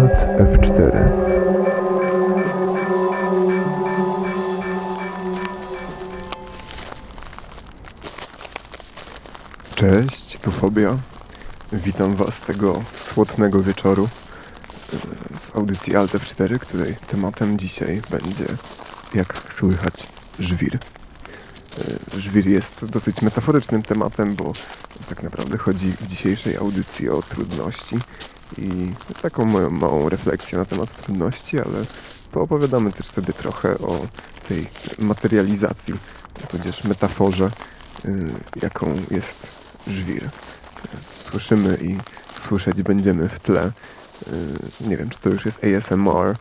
Alt F4. Cześć, tu Fobia. Witam Was tego słodnego wieczoru w audycji Alt F4, której tematem dzisiaj będzie, jak słychać, żwir. Żwir jest dosyć metaforycznym tematem, bo tak naprawdę chodzi w dzisiejszej audycji o trudności i taką moją małą refleksję na temat trudności, ale poopowiadamy też sobie trochę o tej materializacji, tudzież metaforze, jaką jest żwir. Słyszymy i słyszeć będziemy w tle. Nie wiem, czy to już jest ASMR.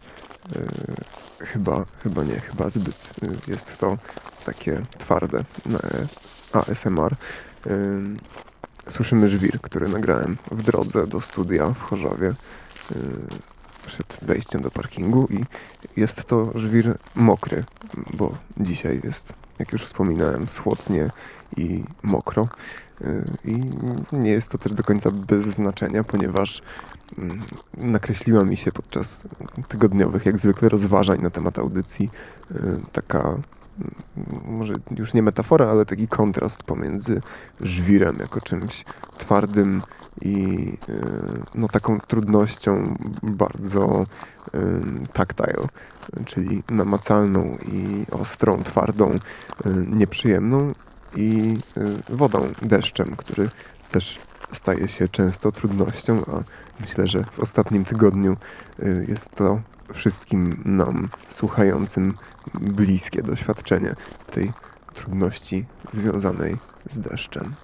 Chyba nie, chyba zbyt jest to takie twarde na ASMR. Słyszymy żwir, który nagrałem w drodze do studia w Chorzowie przed wejściem do parkingu i jest to żwir mokry, bo dzisiaj jest, jak już wspominałem, słodnie i mokro. I nie jest to też do końca bez znaczenia, ponieważ nakreśliła mi się podczas tygodniowych, jak zwykle, rozważań na temat audycji taka, może już nie metafora, ale taki kontrast pomiędzy żwirem jako czymś twardym i no, taką trudnością bardzo tactile, czyli namacalną i ostrą, twardą, nieprzyjemną, i wodą, deszczem, który też staje się często trudnością, a myślę, że w ostatnim tygodniu jest to wszystkim nam słuchającym bliskie doświadczenie tej trudności związanej z deszczem.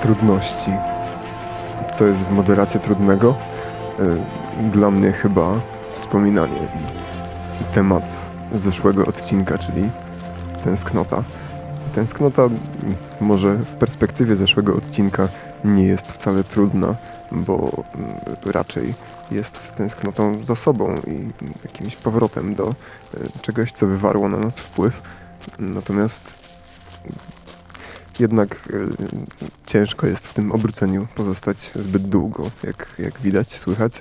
Trudności. Co jest w moderacji trudnego? Dla mnie chyba wspominanie i temat zeszłego odcinka, czyli tęsknota. Tęsknota może w perspektywie zeszłego odcinka nie jest wcale trudna, bo raczej jest tęsknotą za sobą i jakimś powrotem do czegoś, co wywarło na nas wpływ. Natomiast jednak ciężko jest w tym obróceniu pozostać zbyt długo, jak widać, słychać.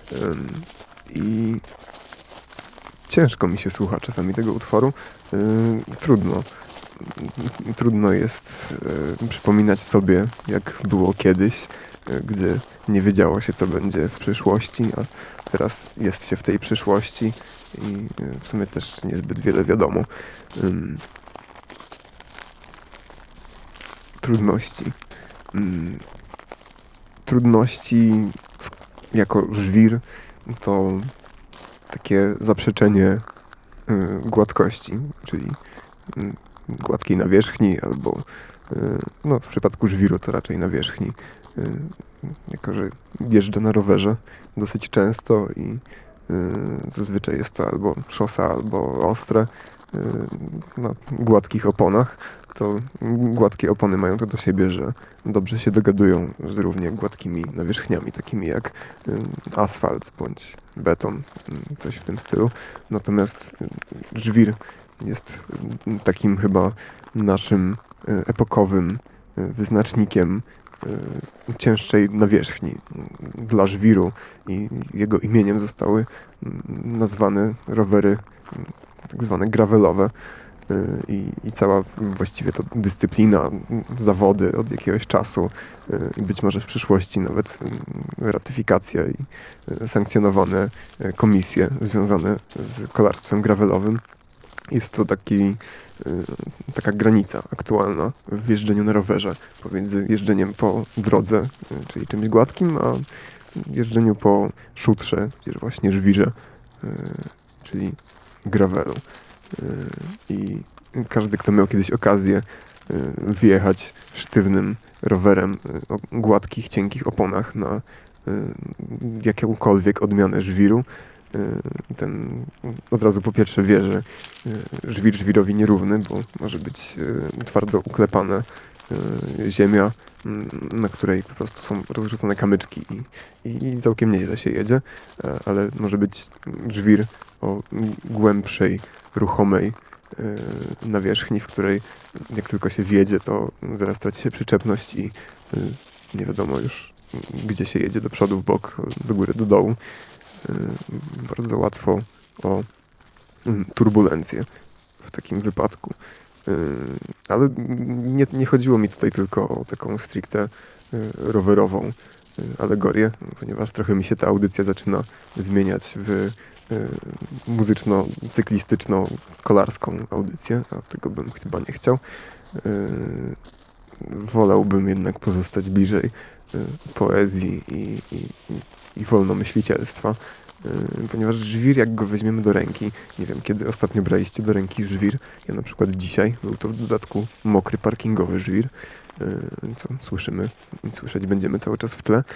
I ciężko mi się słucha czasami tego utworu. Trudno. Trudno jest przypominać sobie, jak było kiedyś, gdy nie wiedziało się, co będzie w przyszłości, a teraz jest się w tej przyszłości i w sumie też niezbyt wiele wiadomo. Trudności. Trudności jako żwir to takie zaprzeczenie gładkości, czyli gładkiej nawierzchni, albo no, w przypadku żwiru to raczej nawierzchni. Jako że jeżdżę na rowerze dosyć często i zazwyczaj jest to albo szosa, albo ostre, na gładkich oponach, to gładkie opony mają to do siebie, że dobrze się dogadują z równie gładkimi nawierzchniami, takimi jak asfalt bądź beton, coś w tym stylu. Natomiast żwir jest takim chyba naszym epokowym wyznacznikiem cięższej nawierzchni. Dla żwiru i jego imieniem zostały nazwane rowery tak zwane gravelowe i cała właściwie to dyscyplina, zawody od jakiegoś czasu i być może w przyszłości nawet ratyfikacja i sankcjonowane komisje związane z kolarstwem gravelowym. Jest to taka granica aktualna w jeżdżeniu na rowerze pomiędzy jeżdżeniem po drodze, czyli czymś gładkim, a jeżdżeniu po szutrze, tudzież właśnie żwirze, czyli gravelu. I każdy, kto miał kiedyś okazję wjechać sztywnym rowerem o gładkich, cienkich oponach na jakąkolwiek odmianę żwiru, ten od razu po pierwsze wie, że żwir żwirowi nierówny, bo może być twardo uklepana ziemia, na której po prostu są rozrzucone kamyczki i całkiem nieźle się jedzie, ale może być żwir o głębszej, ruchomej nawierzchni, w której jak tylko się wjedzie, to zaraz traci się przyczepność i nie wiadomo już, gdzie się jedzie, do przodu, w bok, do góry, do dołu. Bardzo łatwo o turbulencję w takim wypadku. Ale nie chodziło mi tutaj tylko o taką stricte rowerową alegorię, ponieważ trochę mi się ta audycja zaczyna zmieniać w muzyczno-cyklistyczno-kolarską audycję, a tego bym chyba nie chciał. Wolałbym jednak pozostać bliżej poezji i wolnomyślicielstwa, ponieważ żwir, jak go weźmiemy do ręki, nie wiem, kiedy ostatnio braliście do ręki żwir, ja na przykład dzisiaj, był to w dodatku mokry parkingowy żwir, co słyszymy i słyszeć będziemy cały czas w tle.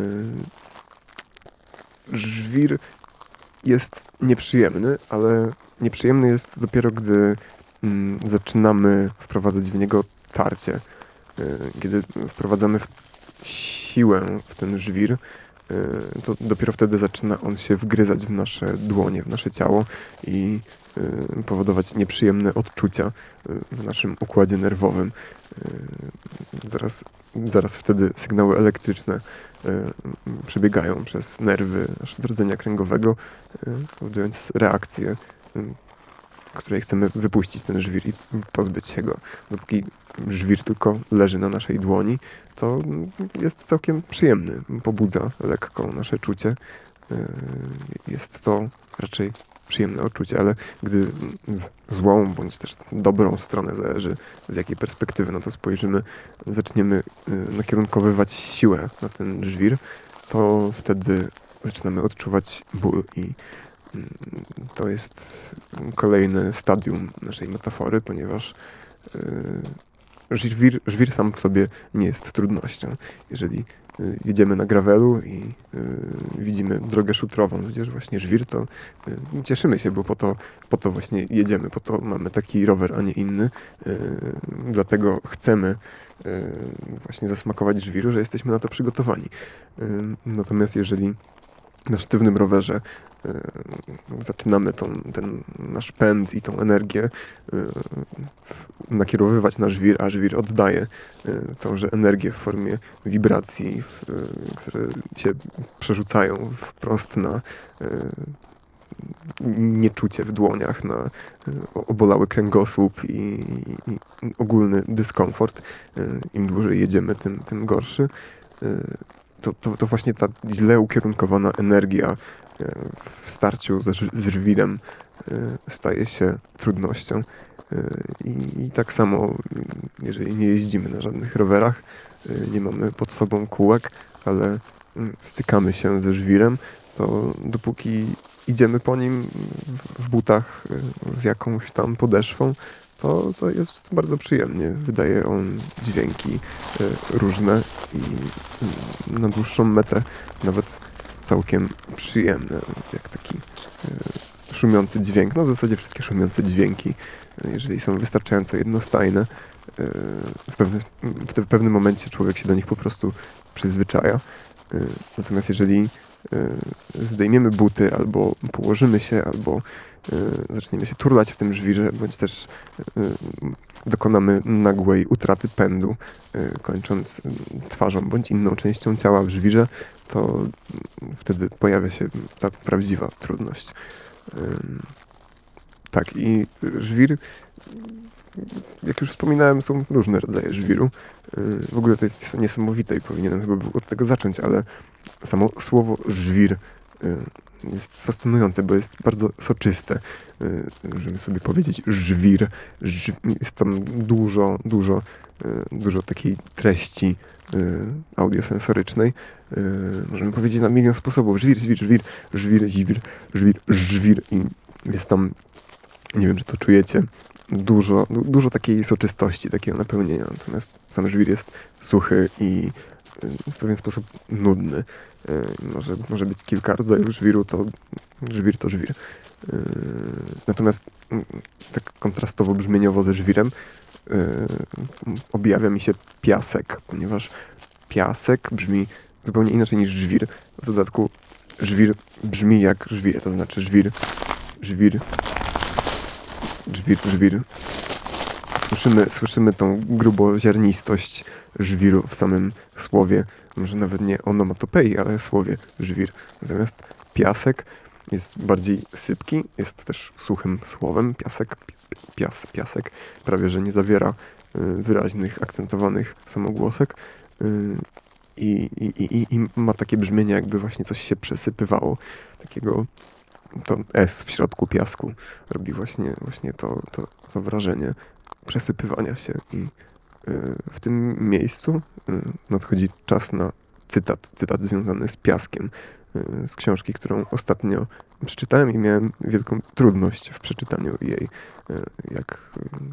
Żwir jest nieprzyjemny, ale nieprzyjemny jest dopiero, gdy zaczynamy wprowadzać w niego tarcie. Kiedy wprowadzamy siłę w ten żwir, to dopiero wtedy zaczyna on się wgryzać w nasze dłonie, w nasze ciało i powodować nieprzyjemne odczucia w naszym układzie nerwowym. Zaraz wtedy sygnały elektryczne przebiegają przez nerwy naszego rdzenia kręgowego, powodując reakcję, której chcemy wypuścić ten żwir i pozbyć się go. Dopóki żwir tylko leży na naszej dłoni, to jest całkiem przyjemny. Pobudza lekko nasze czucie. Jest to raczej przyjemne odczucie, ale gdy w złą bądź też dobrą stronę, zależy z jakiej perspektywy na to spojrzymy, zaczniemy nakierunkowywać siłę na ten żwir, to wtedy zaczynamy odczuwać ból i to jest kolejne stadium naszej metafory, ponieważ żwir sam w sobie nie jest trudnością. Jeżeli jedziemy na gravelu i widzimy drogę szutrową, tudzież właśnie żwir, to cieszymy się, bo po to właśnie jedziemy, po to mamy taki rower, a nie inny. Dlatego chcemy właśnie zasmakować żwiru, że jesteśmy na to przygotowani. Natomiast jeżeli na sztywnym rowerze zaczynamy ten nasz pęd i tą energię nakierowywać na żwir, a żwir oddaje tąże energię w formie wibracji, które się przerzucają wprost na nieczucie w dłoniach, na obolały kręgosłup i ogólny dyskomfort. Im dłużej jedziemy, tym gorszy. To właśnie ta źle ukierunkowana energia w starciu z żwirem staje się trudnością. I tak samo, jeżeli nie jeździmy na żadnych rowerach, nie mamy pod sobą kółek, ale stykamy się ze żwirem, to dopóki idziemy po nim w butach z jakąś tam podeszwą, to jest bardzo przyjemnie. Wydaje on dźwięki różne i na dłuższą metę nawet całkiem przyjemne. Jak taki szumiący dźwięk. No w zasadzie wszystkie szumiące dźwięki, jeżeli są wystarczająco jednostajne, w pewnym momencie człowiek się do nich po prostu przyzwyczaja. Natomiast jeżeli zdejmiemy buty, albo położymy się, albo zaczniemy się turlać w tym żwirze, bądź też dokonamy nagłej utraty pędu, kończąc twarzą bądź inną częścią ciała w żwirze, to wtedy pojawia się ta prawdziwa trudność. Tak, i żwir, jak już wspominałem, są różne rodzaje żwiru. W ogóle to jest niesamowite i powinienem chyba był od tego zacząć, ale samo słowo żwir jest fascynujące, bo jest bardzo soczyste. Możemy sobie powiedzieć żwir. Jest tam dużo takiej treści audiosensorycznej. Możemy powiedzieć na milion sposobów. Żwir. I jest tam, nie wiem, czy to czujecie, dużo takiej soczystości, takiego napełnienia. Natomiast sam żwir jest suchy i w pewien sposób nudny. Może być kilka rodzajów żwiru, to żwir to żwir. Natomiast tak kontrastowo brzmieniowo ze żwirem objawia mi się piasek, ponieważ piasek brzmi zupełnie inaczej niż żwir. W dodatku żwir brzmi jak żwir, to znaczy żwir. Słyszymy tą gruboziarnistość żwiru w samym słowie, może nawet nie onomatopei, ale słowie żwir. Natomiast piasek jest bardziej sypki, jest też suchym słowem. Piasek prawie że nie zawiera wyraźnych, akcentowanych samogłosek i ma takie brzmienie, jakby właśnie coś się przesypywało. Takiego to S w środku piasku robi właśnie to wrażenie przesypywania się i w tym miejscu nadchodzi czas na cytat związany z piaskiem z książki, którą ostatnio przeczytałem i miałem wielką trudność w przeczytaniu jej. Jak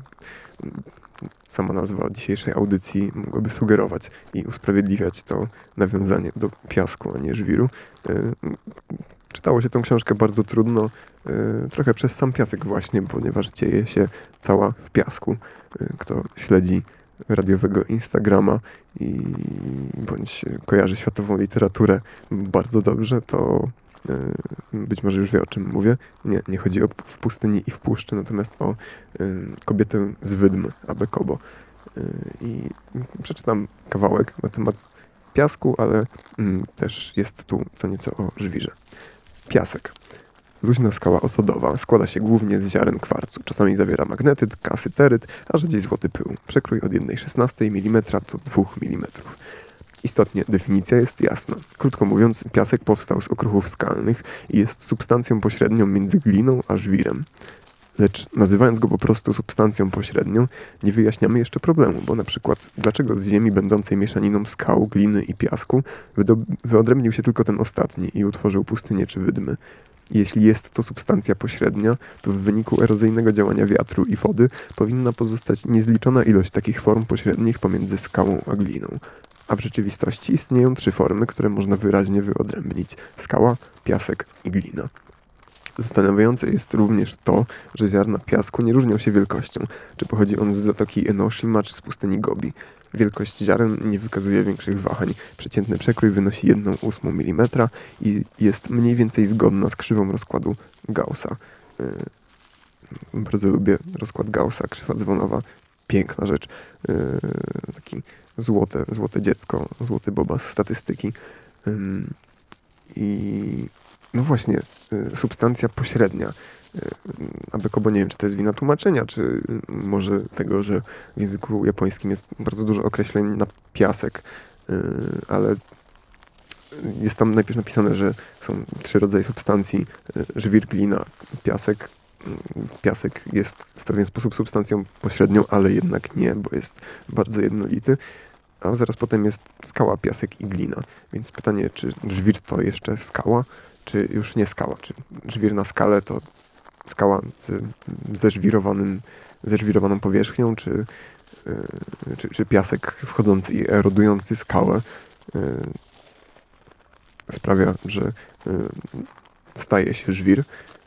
sama nazwa dzisiejszej audycji mogłaby sugerować i usprawiedliwiać to nawiązanie do piasku, a nie żwiru. Czytało się tę książkę bardzo trudno, trochę przez sam piasek właśnie, ponieważ dzieje się cała w piasku. Kto śledzi radiowego Instagrama bądź kojarzy światową literaturę bardzo dobrze, to być może już wie, o czym mówię. Nie chodzi o w pustyni i w puszczy, natomiast o kobietę z wydm, Abę Kobo. I przeczytam kawałek na temat piasku, ale też jest tu co nieco o żwirze. Piasek. Luźna skała osadowa składa się głównie z ziaren kwarcu. Czasami zawiera magnetyt, kasyteryt, a rzadziej złoty pył. Przekrój od 1/16 mm do 2 mm. Istotnie definicja jest jasna. Krótko mówiąc, piasek powstał z okruchów skalnych i jest substancją pośrednią między gliną a żwirem. Lecz nazywając go po prostu substancją pośrednią, nie wyjaśniamy jeszcze problemu, bo na przykład dlaczego z ziemi będącej mieszaniną skał, gliny i piasku wyodrębnił się tylko ten ostatni i utworzył pustynię czy wydmy. Jeśli jest to substancja pośrednia, to w wyniku erozyjnego działania wiatru i wody powinna pozostać niezliczona ilość takich form pośrednich pomiędzy skałą a gliną. A w rzeczywistości istnieją 3 formy, które można wyraźnie wyodrębnić: skała, piasek i glina. Zastanawiające jest również to, że ziarna piasku nie różnią się wielkością, czy pochodzi on z zatoki Enoshima czy z pustyni Gobi. Wielkość ziaren nie wykazuje większych wahań. Przeciętny przekrój wynosi 1/8 mm i jest mniej więcej zgodna z krzywą rozkładu Gaussa. Bardzo lubię rozkład Gaussa, krzywa dzwonowa. Piękna rzecz. Taki złote dziecko, złoty boba z statystyki. I no właśnie, substancja pośrednia. Bo nie wiem, czy to jest wina tłumaczenia, czy może tego, że w języku japońskim jest bardzo dużo określeń na piasek, ale jest tam najpierw napisane, że są 3 rodzaje substancji: żwir, glina, piasek. Piasek jest w pewien sposób substancją pośrednią, ale jednak nie, bo jest bardzo jednolity. A zaraz potem jest skała, piasek i glina. Więc pytanie, czy żwir to jeszcze skała, czy już nie skała? Czy żwir na skale to skała ze żwirowaną powierzchnią, czy piasek wchodzący i erodujący skałę sprawia, że staje się żwir.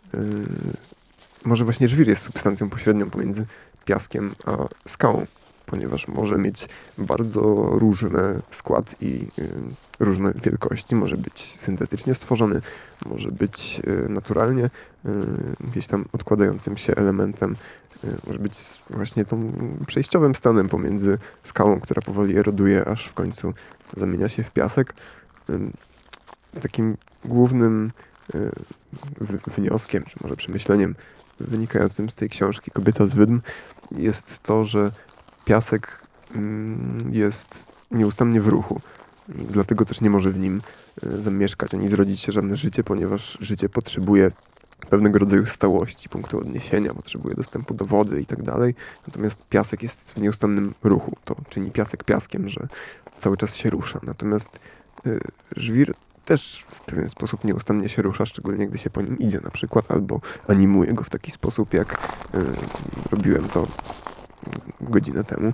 Może właśnie żwir jest substancją pośrednią pomiędzy piaskiem a skałą, ponieważ może mieć bardzo różny skład i różne wielkości. Może być syntetycznie stworzony, może być naturalnie gdzieś tam odkładającym się elementem, może być właśnie tą przejściowym stanem pomiędzy skałą, która powoli eroduje, aż w końcu zamienia się w piasek. Takim głównym wnioskiem, czy może przemyśleniem wynikającym z tej książki Kobieta z Wydm jest to, że piasek jest nieustannie w ruchu. Dlatego też nie może w nim zamieszkać ani zrodzić się żadne życie, ponieważ życie potrzebuje pewnego rodzaju stałości, punktu odniesienia, potrzebuje dostępu do wody i tak dalej. Natomiast piasek jest w nieustannym ruchu. To czyni piasek piaskiem, że cały czas się rusza. Natomiast żwir też w pewien sposób nieustannie się rusza, szczególnie gdy się po nim idzie na przykład, albo animuje go w taki sposób, jak robiłem to godzinę temu.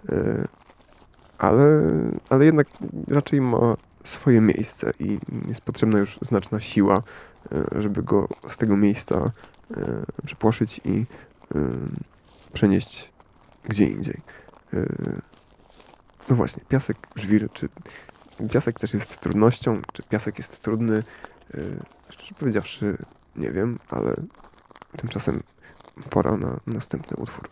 Ale jednak raczej ma swoje miejsce i jest potrzebna już znaczna siła, żeby go z tego miejsca przepłoszyć i przenieść gdzie indziej. No właśnie, piasek, żwir, czy piasek też jest trudnością, czy piasek jest trudny? Szczerze powiedziawszy, nie wiem, ale tymczasem pora na następny utwór.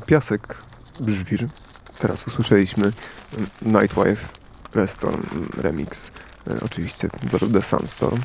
Piasek, żwir. Teraz usłyszeliśmy Nightwife, Restorm Remix, oczywiście Darude Sandstorm.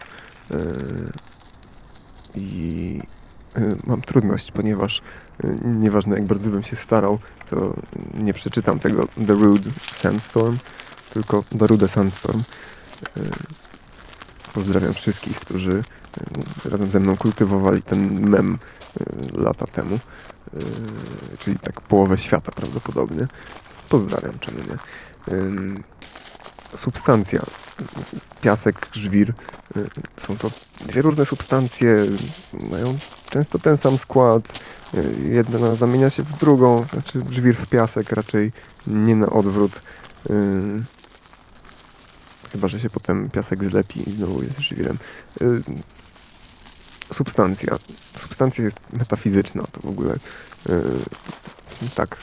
I mam trudność, ponieważ nieważne jak bardzo bym się starał, to nie przeczytam tego Darude Sandstorm, tylko Darude Sandstorm. Pozdrawiam wszystkich, którzy razem ze mną kultywowali ten mem lata temu, czyli tak połowę świata prawdopodobnie. Pozdrawiam, czemu nie. Substancja, piasek, żwir, są to dwie różne substancje, mają często ten sam skład, jedna zamienia się w drugą, znaczy żwir w piasek, raczej nie na odwrót. Chyba że się potem piasek zlepi i znowu jest żwirem. Substancja jest metafizyczna, to w ogóle tak.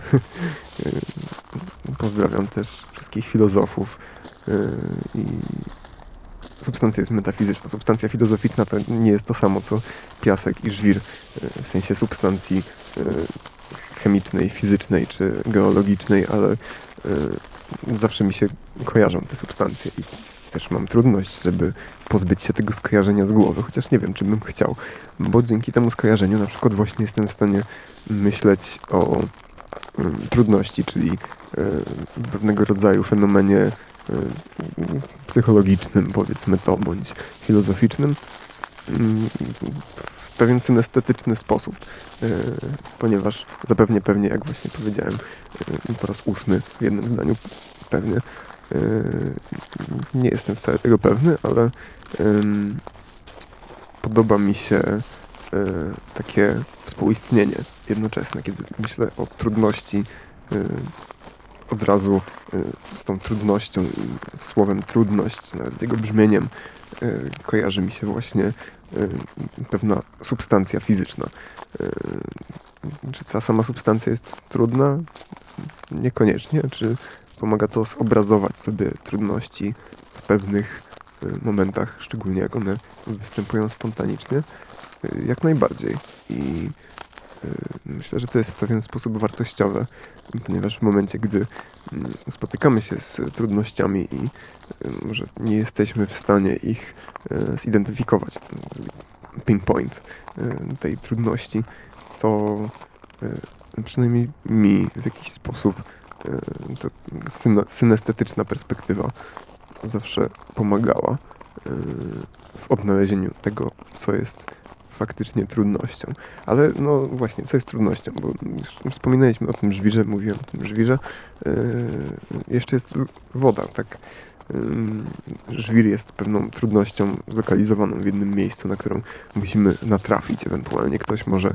Pozdrawiam też wszystkich filozofów. I substancja jest metafizyczna. Substancja filozoficzna to nie jest to samo co piasek i żwir w sensie substancji chemicznej, fizycznej czy geologicznej, ale zawsze mi się kojarzą te substancje i też mam trudność, żeby pozbyć się tego skojarzenia z głowy, chociaż nie wiem, czy bym chciał, bo dzięki temu skojarzeniu na przykład właśnie jestem w stanie myśleć o trudności, czyli pewnego rodzaju fenomenie psychologicznym, powiedzmy to, bądź filozoficznym w pewien synestetyczny sposób, ponieważ pewnie, jak właśnie powiedziałem po raz 8 w jednym zdaniu, pewnie nie jestem wcale tego pewny, ale podoba mi się takie współistnienie jednoczesne, kiedy myślę o trudności, od razu z tą trudnością i słowem trudność, nawet z jego brzmieniem kojarzy mi się właśnie pewna substancja fizyczna. Czy ta sama substancja jest trudna? Niekoniecznie. Czy pomaga to zobrazować sobie trudności w pewnych momentach, szczególnie jak one występują spontanicznie? Jak najbardziej. I myślę, że to jest w pewien sposób wartościowe, ponieważ w momencie, gdy spotykamy się z trudnościami i może nie jesteśmy w stanie ich zidentyfikować, pinpoint tej trudności, to przynajmniej mi w jakiś sposób ta synestetyczna perspektywa zawsze pomagała w odnalezieniu tego, co jest faktycznie trudnością. Ale no właśnie, co jest trudnością? Bo już wspominaliśmy o tym żwirze, mówiłem o tym żwirze. Jeszcze jest woda, tak? Żwir jest pewną trudnością zlokalizowaną w jednym miejscu, na którą musimy natrafić. Ewentualnie ktoś może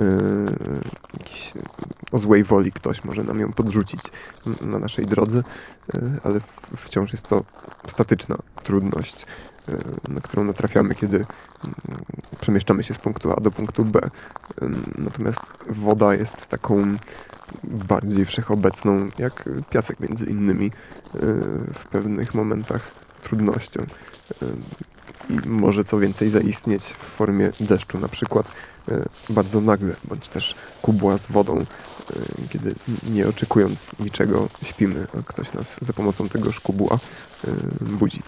o złej woli ktoś może nam ją podrzucić na naszej drodze, ale wciąż jest to statyczna trudność, na którą natrafiamy, kiedy przemieszczamy się z punktu A do punktu B. Natomiast woda jest taką bardziej wszechobecną, jak piasek między innymi, w pewnych momentach trudnością. I może co więcej zaistnieć w formie deszczu, na przykład bardzo nagle, bądź też kubła z wodą, kiedy nie oczekując niczego śpimy, a ktoś nas za pomocą tego szkubła budzi.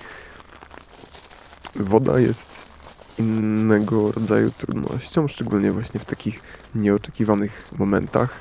Woda jest innego rodzaju trudnością, szczególnie właśnie w takich nieoczekiwanych momentach,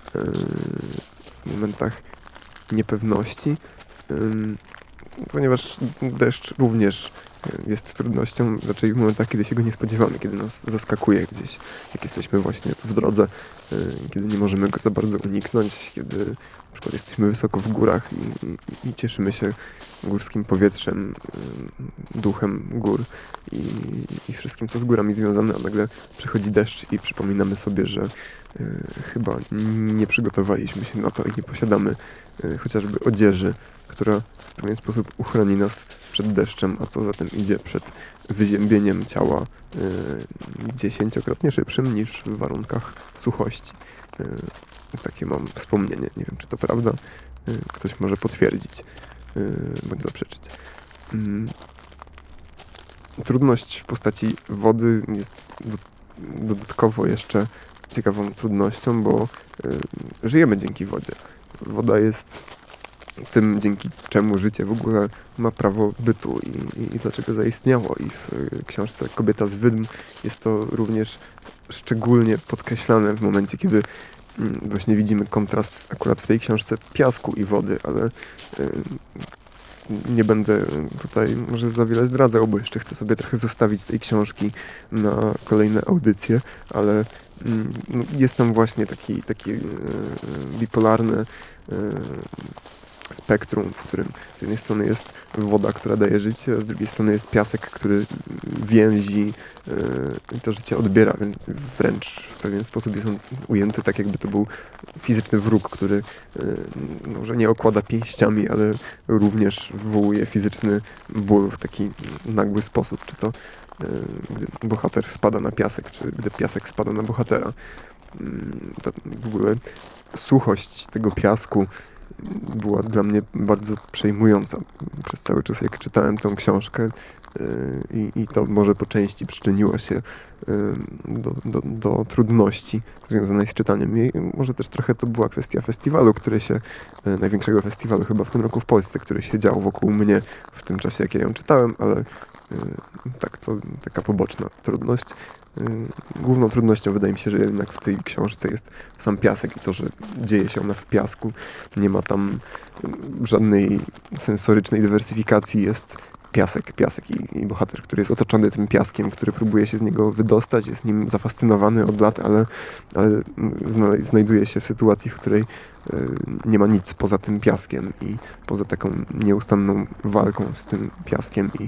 w momentach niepewności, ponieważ deszcz również jest trudnością, raczej w momentach, kiedy się go nie spodziewamy, kiedy nas zaskakuje gdzieś, jak jesteśmy właśnie w drodze, kiedy nie możemy go za bardzo uniknąć, kiedy na przykład jesteśmy wysoko w górach i cieszymy się górskim powietrzem, duchem gór i wszystkim, co z górami związane, a nagle przychodzi deszcz i przypominamy sobie, że chyba nie przygotowaliśmy się na to i nie posiadamy chociażby odzieży, która w pewien sposób uchroni nas przed deszczem, a co za tym idzie przed wyziębieniem ciała 10-krotnie szybszym niż w warunkach suchości. Takie mam wspomnienie. Nie wiem, czy to prawda. Ktoś może potwierdzić bądź zaprzeczyć. Trudność w postaci wody jest dodatkowo jeszcze ciekawą trudnością, bo żyjemy dzięki wodzie. Woda jest tym, dzięki czemu życie w ogóle ma prawo bytu i dlaczego zaistniało. I w książce Kobieta z Wydm jest to również szczególnie podkreślane w momencie, kiedy właśnie widzimy kontrast akurat w tej książce piasku i wody, ale nie będę tutaj może za wiele zdradzał, bo jeszcze chcę sobie trochę zostawić tej książki na kolejne audycje, ale jest tam właśnie taki bipolarne spektrum, w którym z jednej strony jest woda, która daje życie, a z drugiej strony jest piasek, który więzi i to życie odbiera, więc wręcz w pewien sposób jest on ujęty tak, jakby to był fizyczny wróg, który może nie okłada pięściami, ale również wywołuje fizyczny ból w taki nagły sposób, czy to gdy bohater spada na piasek, czy gdy piasek spada na bohatera. To w ogóle suchość tego piasku była dla mnie bardzo przejmująca przez cały czas, jak czytałem tą książkę i to może po części przyczyniło się do trudności związanej z czytaniem jej. Może też trochę to była kwestia festiwalu, największego festiwalu chyba w tym roku w Polsce, który się dział wokół mnie w tym czasie, jak ja ją czytałem, ale tak, to taka poboczna trudność. Główną trudnością wydaje mi się, że jednak w tej książce jest sam piasek i to, że dzieje się ona w piasku. Nie ma tam żadnej sensorycznej dywersyfikacji, jest piasek i bohater, który jest otoczony tym piaskiem, który próbuje się z niego wydostać, jest nim zafascynowany od lat, ale znajduje się w sytuacji, w której nie ma nic poza tym piaskiem i poza taką nieustanną walką z tym piaskiem i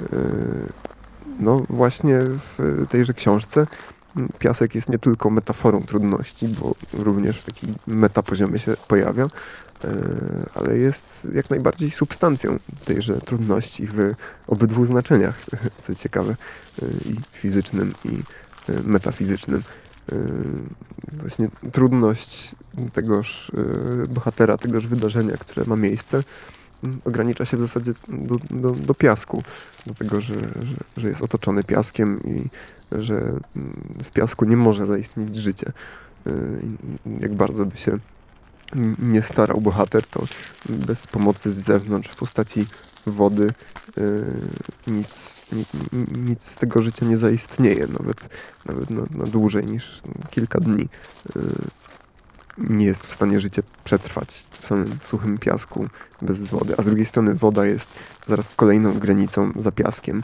no właśnie w tejże książce piasek jest nie tylko metaforą trudności, bo również w takim metapoziomie się pojawia, ale jest jak najbardziej substancją tejże trudności w obydwu znaczeniach, co ciekawe, i fizycznym, i metafizycznym. Właśnie trudność tegoż bohatera, tegoż wydarzenia, które ma miejsce, ogranicza się w zasadzie do piasku, do tego, że jest otoczony piaskiem i że w piasku nie może zaistnieć życie. Jak bardzo by się nie starał bohater, to bez pomocy z zewnątrz w postaci wody nic z tego życia nie zaistnieje, nawet na dłużej niż kilka dni. Nie jest w stanie życie przetrwać w samym suchym piasku bez wody, a z drugiej strony woda jest zaraz kolejną granicą za piaskiem,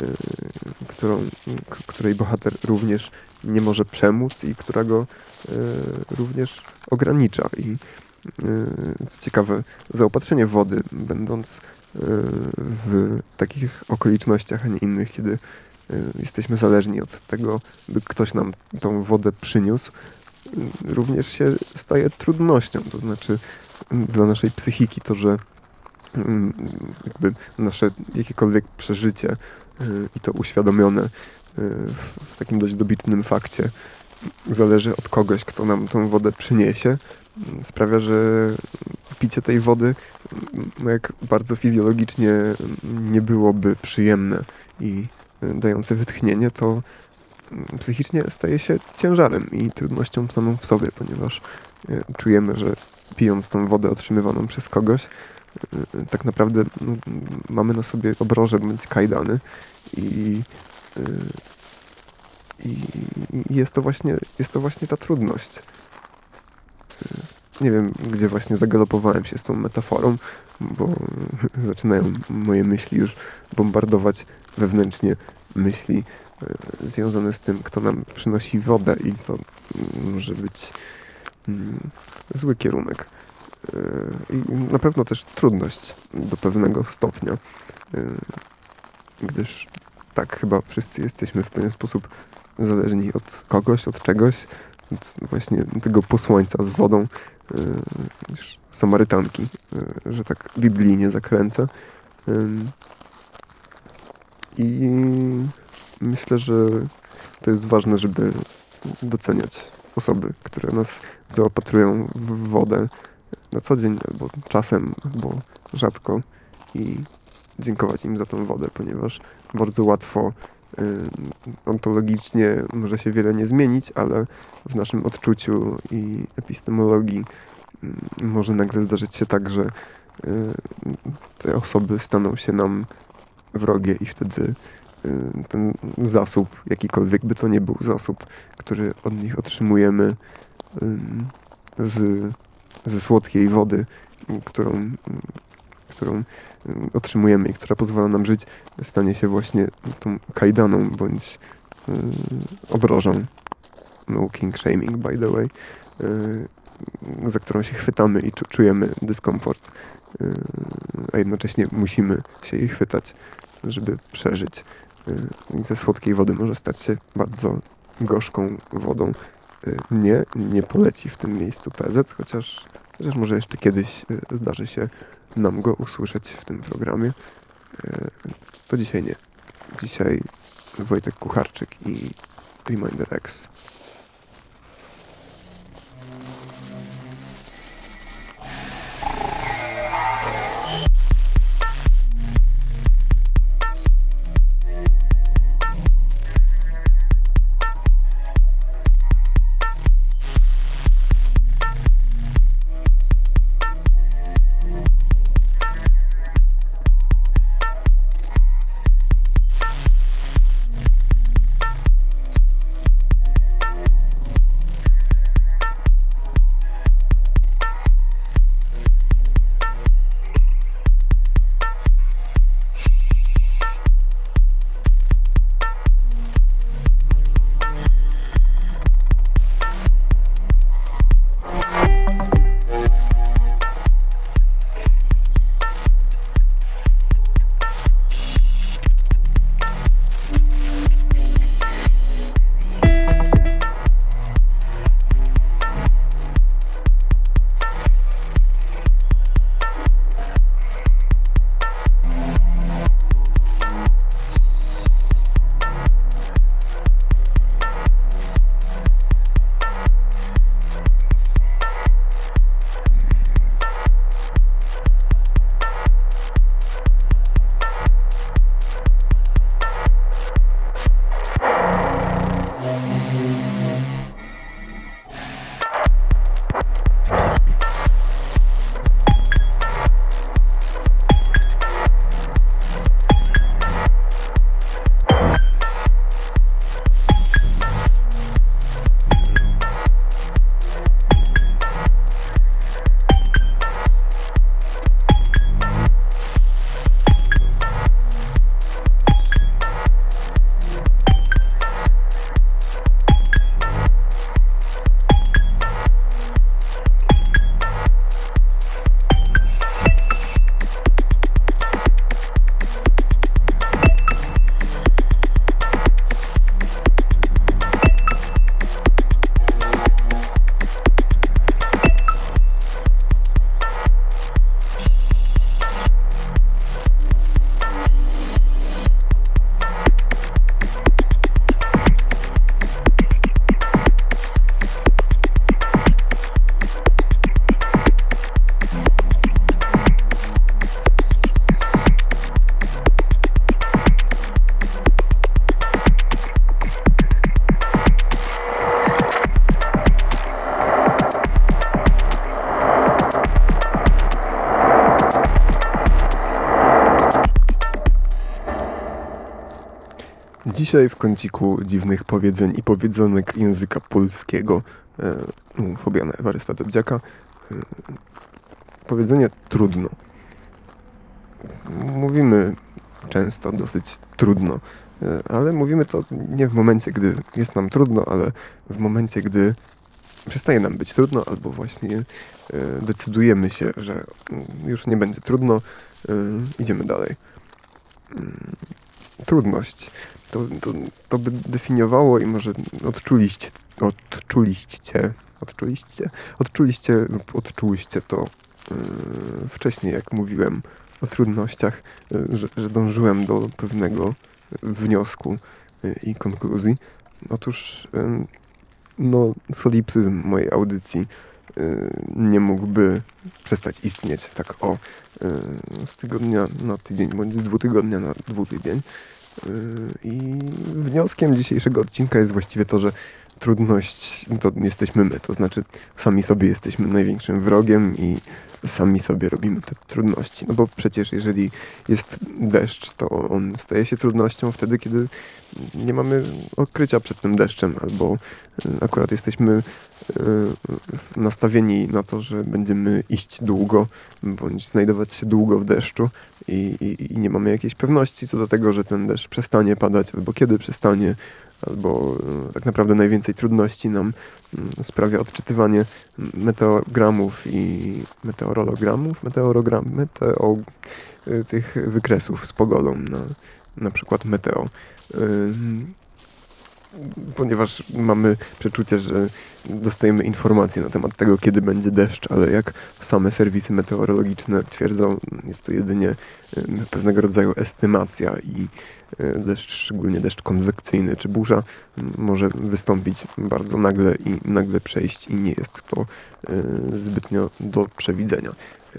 której bohater również nie może przemóc i która go również ogranicza. I co ciekawe, zaopatrzenie wody, będąc w takich okolicznościach, a nie innych, kiedy jesteśmy zależni od tego, by ktoś nam tą wodę przyniósł, również się staje trudnością. To znaczy dla naszej psychiki to, że jakby nasze jakiekolwiek przeżycie i to uświadomione w takim dość dobitnym fakcie zależy od kogoś, kto nam tą wodę przyniesie, sprawia, że picie tej wody, no jak bardzo fizjologicznie nie byłoby przyjemne i dające wytchnienie, to psychicznie staje się ciężarem i trudnością samą w sobie, ponieważ czujemy, że pijąc tą wodę otrzymywaną przez kogoś, tak naprawdę mamy na sobie obroże bądź kajdany i jest to właśnie ta trudność. Nie wiem, gdzie właśnie zagalopowałem się z tą metaforą, bo zaczynają moje myśli już bombardować wewnętrznie myśli związane z tym, kto nam przynosi wodę i to może być zły kierunek. I na pewno też trudność do pewnego stopnia, gdyż tak, chyba wszyscy jesteśmy w pewien sposób zależni od kogoś, od czegoś, od właśnie tego posłańca z wodą, Samarytanki, że tak biblijnie zakręcę. I myślę, że to jest ważne, żeby doceniać osoby, które nas zaopatrują w wodę na co dzień, albo czasem, albo rzadko i dziękować im za tą wodę, ponieważ bardzo łatwo Ontologicznie może się wiele nie zmienić, ale w naszym odczuciu i epistemologii może nagle zdarzyć się tak, że te osoby staną się nam wrogie i wtedy ten zasób, jakikolwiek by to nie był zasób, który od nich otrzymujemy ze słodkiej wody, którą otrzymujemy i która pozwala nam żyć, stanie się właśnie tą kajdaną bądź obrożą. No king shaming, by the way. Za którą się chwytamy i czujemy dyskomfort, a jednocześnie musimy się jej chwytać, żeby przeżyć. I ze słodkiej wody może stać się bardzo gorzką wodą. Nie poleci w tym miejscu PZ, chociaż może jeszcze kiedyś zdarzy się nam go usłyszeć w tym programie. To dzisiaj nie. Dzisiaj Wojtek Kucharczyk i Reminder X. Dzisiaj w kąciku dziwnych powiedzeń i powiedzonek języka polskiego Fabiana Ewarysta Dobdziaka powiedzenie trudno. Mówimy często dosyć trudno, ale mówimy to nie w momencie, gdy jest nam trudno, ale w momencie, gdy przestaje nam być trudno, albo właśnie decydujemy się, że już nie będzie trudno, idziemy dalej. Trudność. To by definiowało i może odczuliście to wcześniej, jak mówiłem o trudnościach, że dążyłem do pewnego wniosku i konkluzji. Otóż solipsyzm mojej audycji nie mógłby przestać istnieć tak z tygodnia na tydzień, bądź z 2 tygodnia na 2 tydzień. I wnioskiem dzisiejszego odcinka jest właściwie to, że trudność to jesteśmy my, to znaczy sami sobie jesteśmy największym wrogiem i sami sobie robimy te trudności. No bo przecież jeżeli jest deszcz, to on staje się trudnością wtedy, kiedy nie mamy odkrycia przed tym deszczem, albo akurat jesteśmy nastawieni na to, że będziemy iść długo, bądź znajdować się długo w deszczu i nie mamy jakiejś pewności co do tego, że ten deszcz przestanie padać, albo kiedy przestanie, albo tak naprawdę najwięcej trudności nam sprawia odczytywanie meteogramów i tych wykresów z pogodą, na przykład meteo. Ponieważ mamy przeczucie, że dostajemy informacje na temat tego, kiedy będzie deszcz, ale jak same serwisy meteorologiczne twierdzą, jest to jedynie pewnego rodzaju estymacja i deszcz, szczególnie deszcz konwekcyjny czy burza, może wystąpić bardzo nagle i nagle przejść i nie jest to zbytnio do przewidzenia.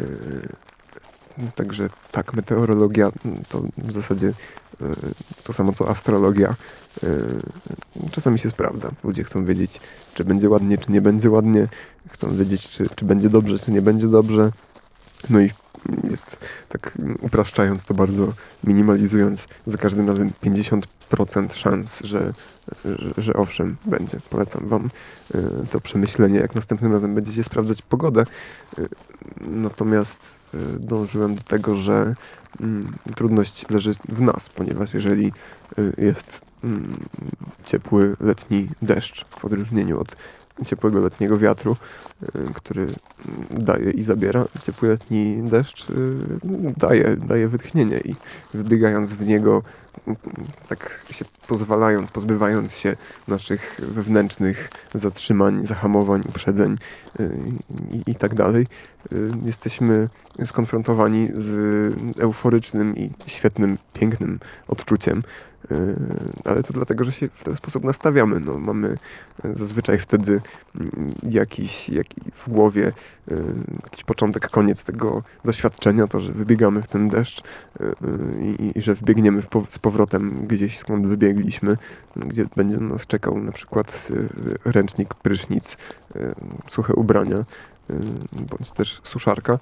Także tak, meteorologia to w zasadzie to samo co astrologia. Czasami się sprawdza. Ludzie chcą wiedzieć, czy będzie ładnie, czy nie będzie ładnie. Chcą wiedzieć, czy będzie dobrze, czy nie będzie dobrze. No i jest, tak upraszczając to bardzo, minimalizując, za każdym razem 50% szans, że owszem, będzie. Polecam wam to przemyślenie, jak następnym razem będziecie sprawdzać pogodę. Natomiast dążyłem do tego, że trudność leży w nas, ponieważ jeżeli jest ciepły letni deszcz, w odróżnieniu od ciepłego letniego wiatru, który daje i zabiera, ciepły letni deszcz daje wytchnienie i wybiegając w niego, tak się pozbywając się naszych wewnętrznych zatrzymań, zahamowań, uprzedzeń i tak dalej, jesteśmy skonfrontowani z euforycznym i świetnym, pięknym odczuciem. Ale to dlatego, że się w ten sposób nastawiamy. No, mamy zazwyczaj wtedy jakiś w głowie jakiś początek, koniec tego doświadczenia, to, że wybiegamy w ten deszcz i że wbiegniemy z powrotem gdzieś, skąd wybiegliśmy, gdzie będzie nas czekał na przykład ręcznik, prysznic, suche ubrania, bądź też suszarka.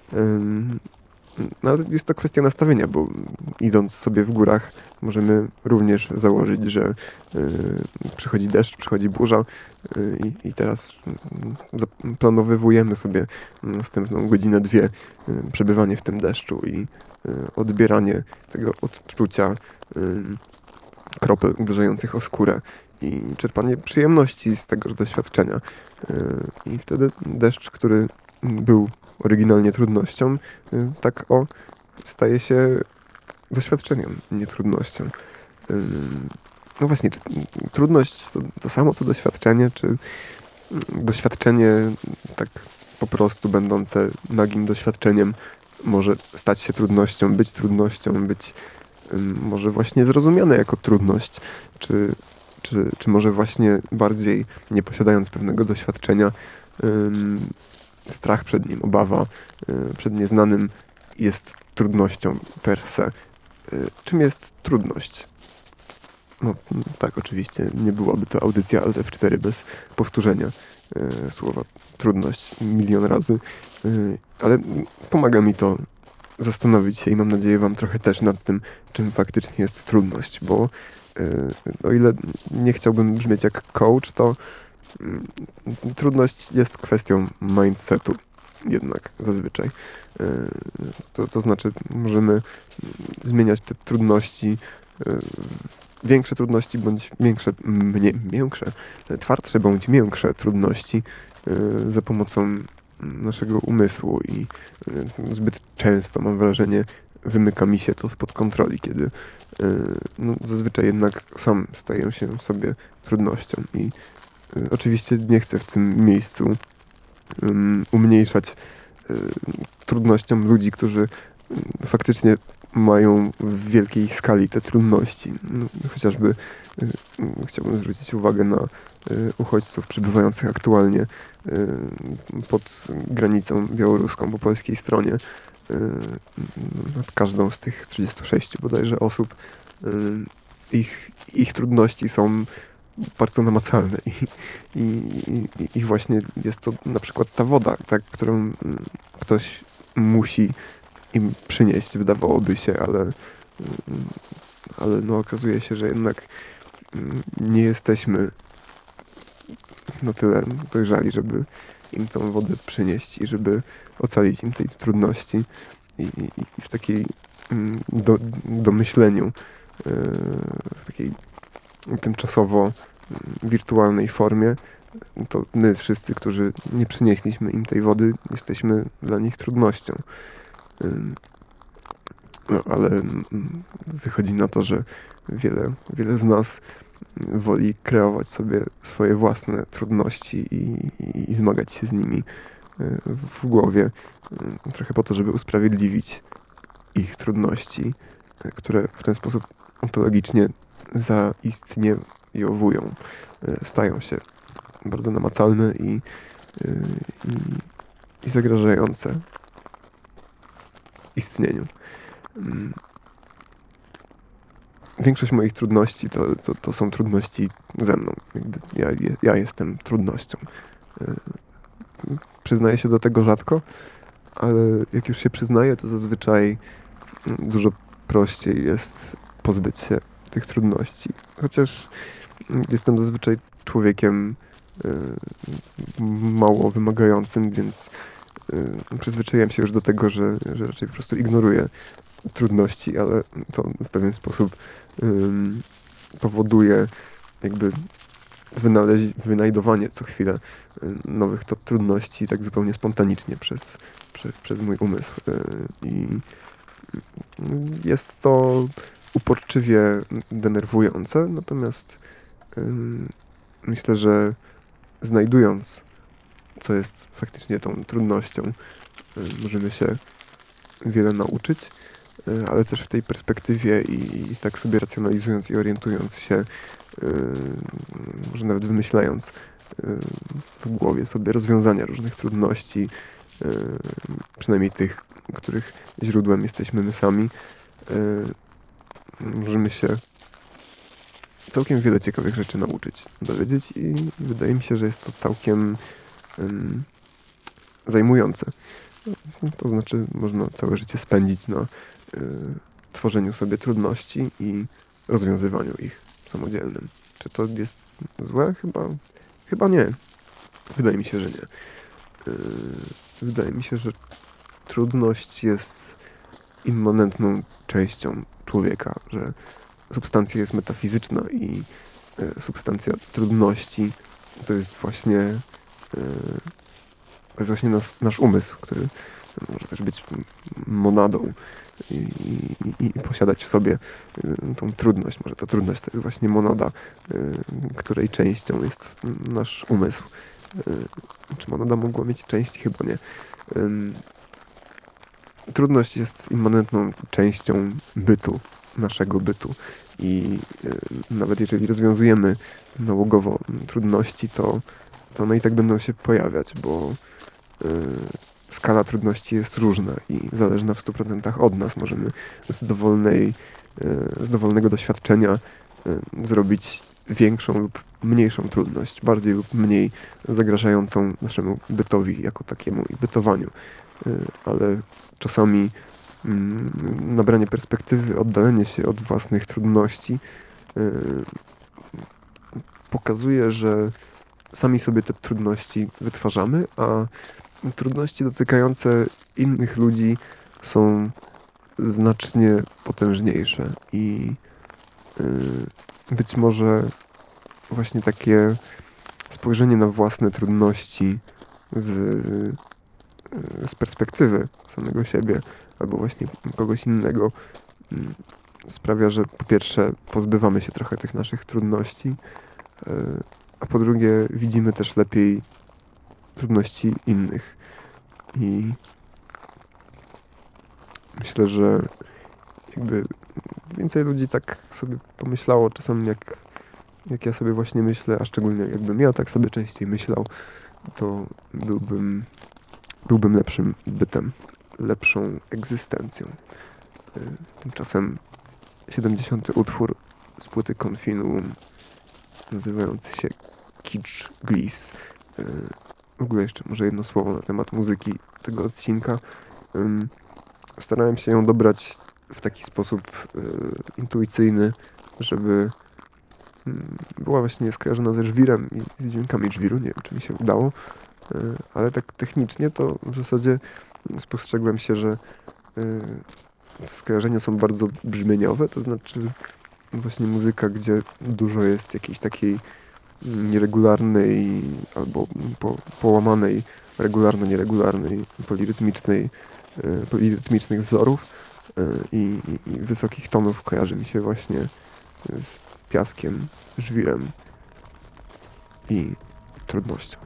No, ale jest to kwestia nastawienia, bo idąc sobie w górach możemy również założyć, że przychodzi deszcz, przychodzi burza i teraz planowujemy sobie następną godzinę, dwie przebywanie w tym deszczu i odbieranie tego odczucia kropel uderzających o skórę i czerpanie przyjemności z tegoż doświadczenia. I wtedy deszcz, który był oryginalnie trudnością, staje się doświadczeniem, nie trudnością. No właśnie, czy trudność to samo co doświadczenie, czy doświadczenie tak po prostu będące nagim doświadczeniem może stać się trudnością, być może właśnie zrozumiane jako trudność, czy może właśnie bardziej, nie posiadając pewnego doświadczenia, strach przed nim, obawa przed nieznanym jest trudnością per se. Czym jest trudność? No tak, oczywiście nie byłaby to audycja Alt-F4 bez powtórzenia słowa trudność milion razy, ale pomaga mi to zastanowić się i mam nadzieję wam trochę też nad tym, czym faktycznie jest trudność, bo o ile nie chciałbym brzmieć jak coach, to trudność jest kwestią mindsetu jednak zazwyczaj. To znaczy możemy zmieniać te trudności, większe trudności bądź twardsze bądź miększe trudności za pomocą naszego umysłu i zbyt często, mam wrażenie, wymyka mi się to spod kontroli, kiedy zazwyczaj jednak sam staję się sobie trudnością i oczywiście nie chcę w tym miejscu umniejszać trudnościom ludzi, którzy faktycznie mają w wielkiej skali te trudności. Chociażby chciałbym zwrócić uwagę na uchodźców przebywających aktualnie pod granicą białoruską po polskiej stronie. Nad każdą z tych 36 bodajże osób ich trudności są bardzo namacalne i właśnie jest to na przykład ta woda, tak, którą ktoś musi im przynieść, wydawałoby się, ale no okazuje się, że jednak nie jesteśmy na tyle dojrzali, żeby im tą wodę przynieść i żeby ocalić im tej trudności i w takiej domyśleniu, w takiej tymczasowo wirtualnej formie, to my wszyscy, którzy nie przynieśliśmy im tej wody, jesteśmy dla nich trudnością. No, ale wychodzi na to, że wiele z nas woli kreować sobie swoje własne trudności i zmagać się z nimi w głowie, trochę po to, żeby usprawiedliwić ich trudności, które w ten sposób ontologicznie zaistniejowują, stają się bardzo namacalne i zagrażające istnieniu. Większość moich trudności to są trudności ze mną. Jakby ja jestem trudnością. Przyznaję się do tego rzadko, ale jak już się przyznaję, to zazwyczaj dużo prościej jest pozbyć się tych trudności. Chociaż jestem zazwyczaj człowiekiem mało wymagającym, więc przyzwyczaiłem się już do tego, że raczej po prostu ignoruję trudności, ale to w pewien sposób powoduje jakby wynajdowanie co chwilę nowych trudności tak zupełnie spontanicznie przez mój umysł. I jest to uporczywie denerwujące, natomiast myślę, że znajdując, co jest faktycznie tą trudnością, możemy się wiele nauczyć, ale też w tej perspektywie i tak sobie racjonalizując i orientując się, może nawet wymyślając w głowie sobie rozwiązania różnych trudności, przynajmniej tych, których źródłem jesteśmy my sami, możemy się całkiem wiele ciekawych rzeczy nauczyć, dowiedzieć i wydaje mi się, że jest to całkiem zajmujące. To znaczy, można całe życie spędzić na tworzeniu sobie trudności i rozwiązywaniu ich samodzielnym. Czy to jest złe? Chyba nie. Wydaje mi się, że nie. Wydaje mi się, że trudność jest immanentną częścią człowieka, że substancja jest metafizyczna i substancja trudności to jest właśnie nasz umysł, który może też być monadą i posiadać w sobie tą trudność. Może ta trudność to jest właśnie monada, której częścią jest nasz umysł. Czy monada mogła mieć część? Chyba nie. Trudność jest immanentną częścią bytu, naszego bytu i nawet jeżeli rozwiązujemy nałogowo trudności, to one i tak będą się pojawiać, bo skala trudności jest różna i zależna w 100% od nas. Możemy z dowolnego doświadczenia zrobić większą lub mniejszą trudność, bardziej lub mniej zagrażającą naszemu bytowi jako takiemu i bytowaniu. Ale czasami nabranie perspektywy, oddalenie się od własnych trudności pokazuje, że sami sobie te trudności wytwarzamy, a trudności dotykające innych ludzi są znacznie potężniejsze i być może właśnie takie spojrzenie na własne trudności z perspektywy samego siebie albo właśnie kogoś innego sprawia, że po pierwsze pozbywamy się trochę tych naszych trudności, a po drugie widzimy też lepiej trudności innych. I myślę, że jakby więcej ludzi tak sobie pomyślało czasem jak ja sobie właśnie myślę, a szczególnie jakbym ja tak sobie częściej myślał, to byłbym lepszym bytem, lepszą egzystencją. Tymczasem 70. utwór z płyty Kontinuum, nazywający się Kitsch Gliss. W ogóle jeszcze może jedno słowo na temat muzyki tego odcinka. Starałem się ją dobrać w taki sposób intuicyjny, żeby była właśnie skojarzona ze żwirem i z dźwiękami żwiru. Nie wiem, czy mi się udało, ale tak technicznie to w zasadzie spostrzegłem się, że skojarzenia są bardzo brzmieniowe, to znaczy właśnie muzyka, gdzie dużo jest jakiejś takiej nieregularnej albo połamanej, regularno-nieregularnej, polirytmicznych wzorów i wysokich tonów kojarzy mi się właśnie z piaskiem, żwirem i trudnością.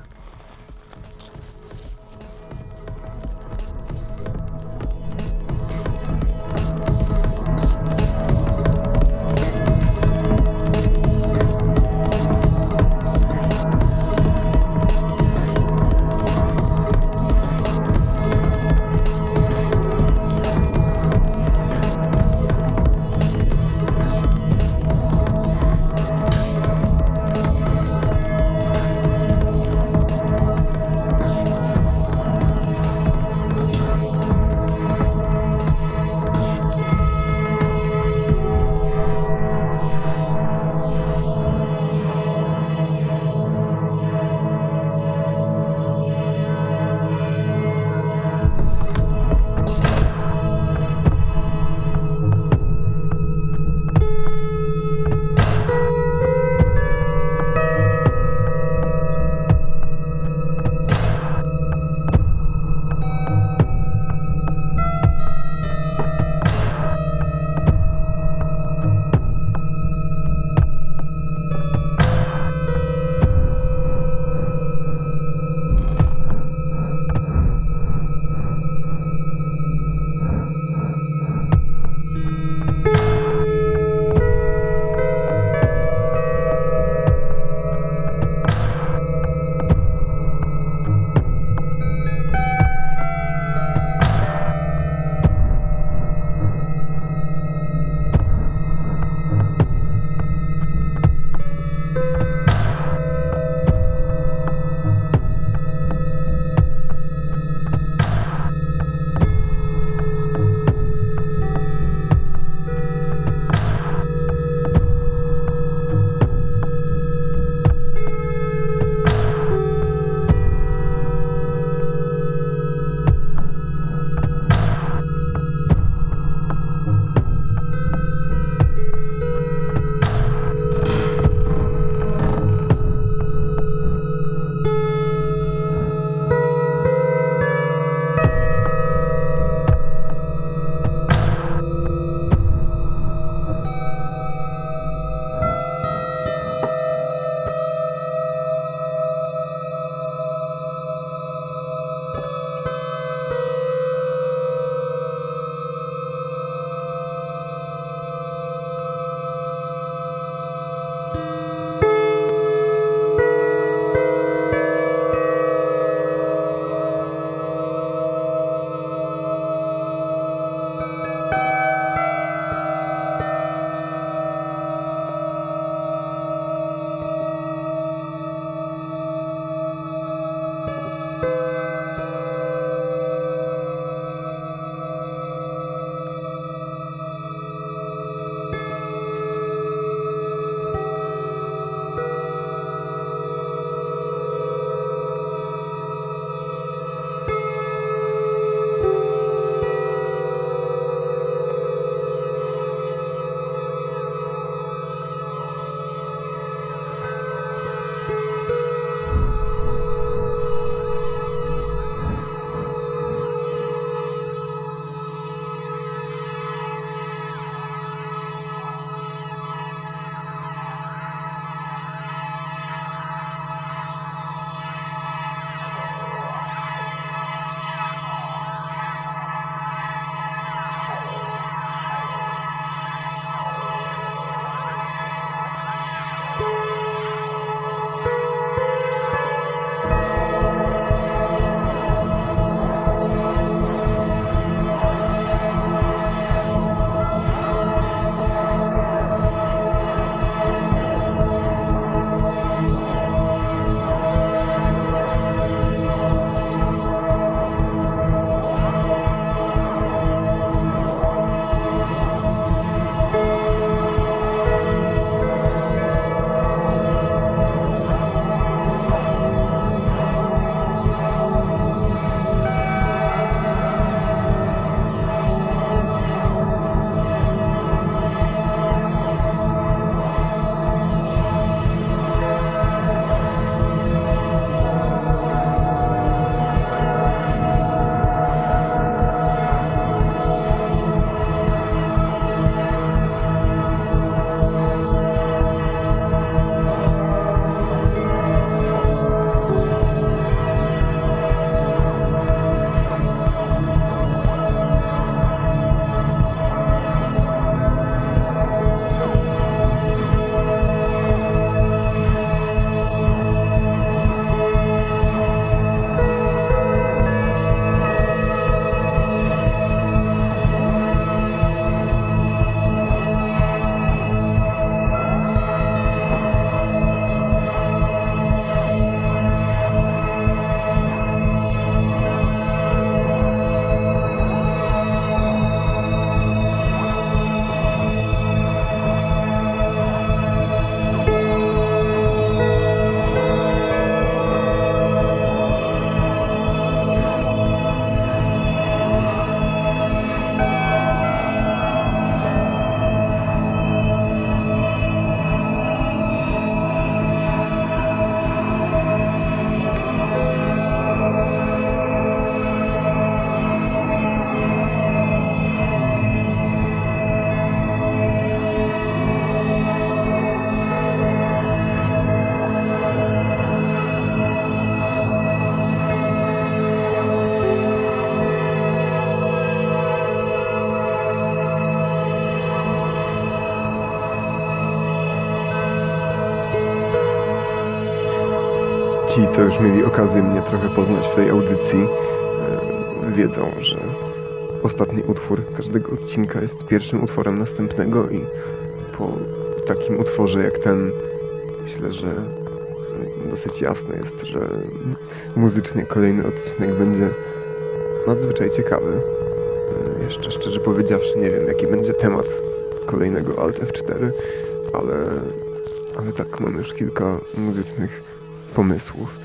Ci, co już mieli okazję mnie trochę poznać w tej audycji, wiedzą, że ostatni utwór każdego odcinka jest pierwszym utworem następnego i po takim utworze jak ten myślę, że dosyć jasne jest, że muzycznie kolejny odcinek będzie nadzwyczaj ciekawy. Jeszcze szczerze powiedziawszy nie wiem, jaki będzie temat kolejnego Alt F4, ale tak, mam już kilka muzycznych pomysłów.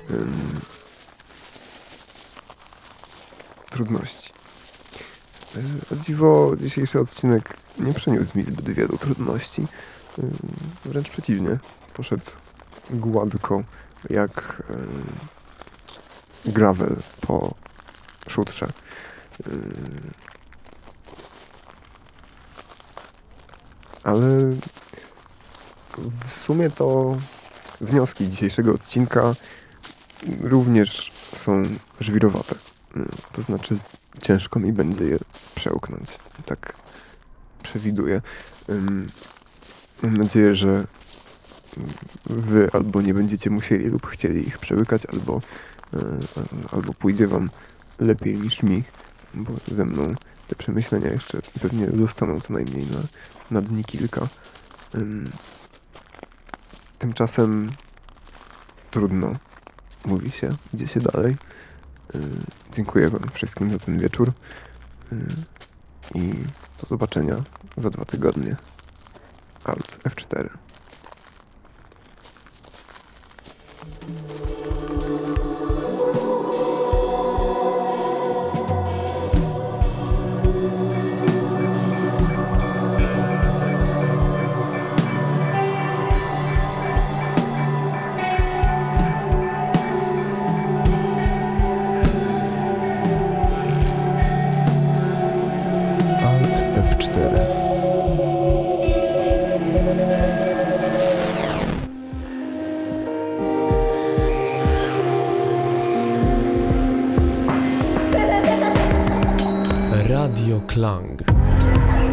Trudności. O dziwo, dzisiejszy odcinek nie przyniósł mi zbyt wielu trudności. Wręcz przeciwnie. Poszedł gładko, jak gravel po szutrze. Ale w sumie to wnioski dzisiejszego odcinka również są żwirowate. To znaczy ciężko mi będzie je przełknąć. Tak przewiduję. Mam nadzieję, że wy albo nie będziecie musieli lub chcieli ich przełykać, albo pójdzie wam lepiej niż mi, bo ze mną te przemyślenia jeszcze pewnie zostaną co najmniej na dni kilka. Tymczasem trudno mówi się, idzie się dalej. Dziękuję wam wszystkim za ten wieczór i do zobaczenia za 2 tygodnie. Alt F4. Radio Klang.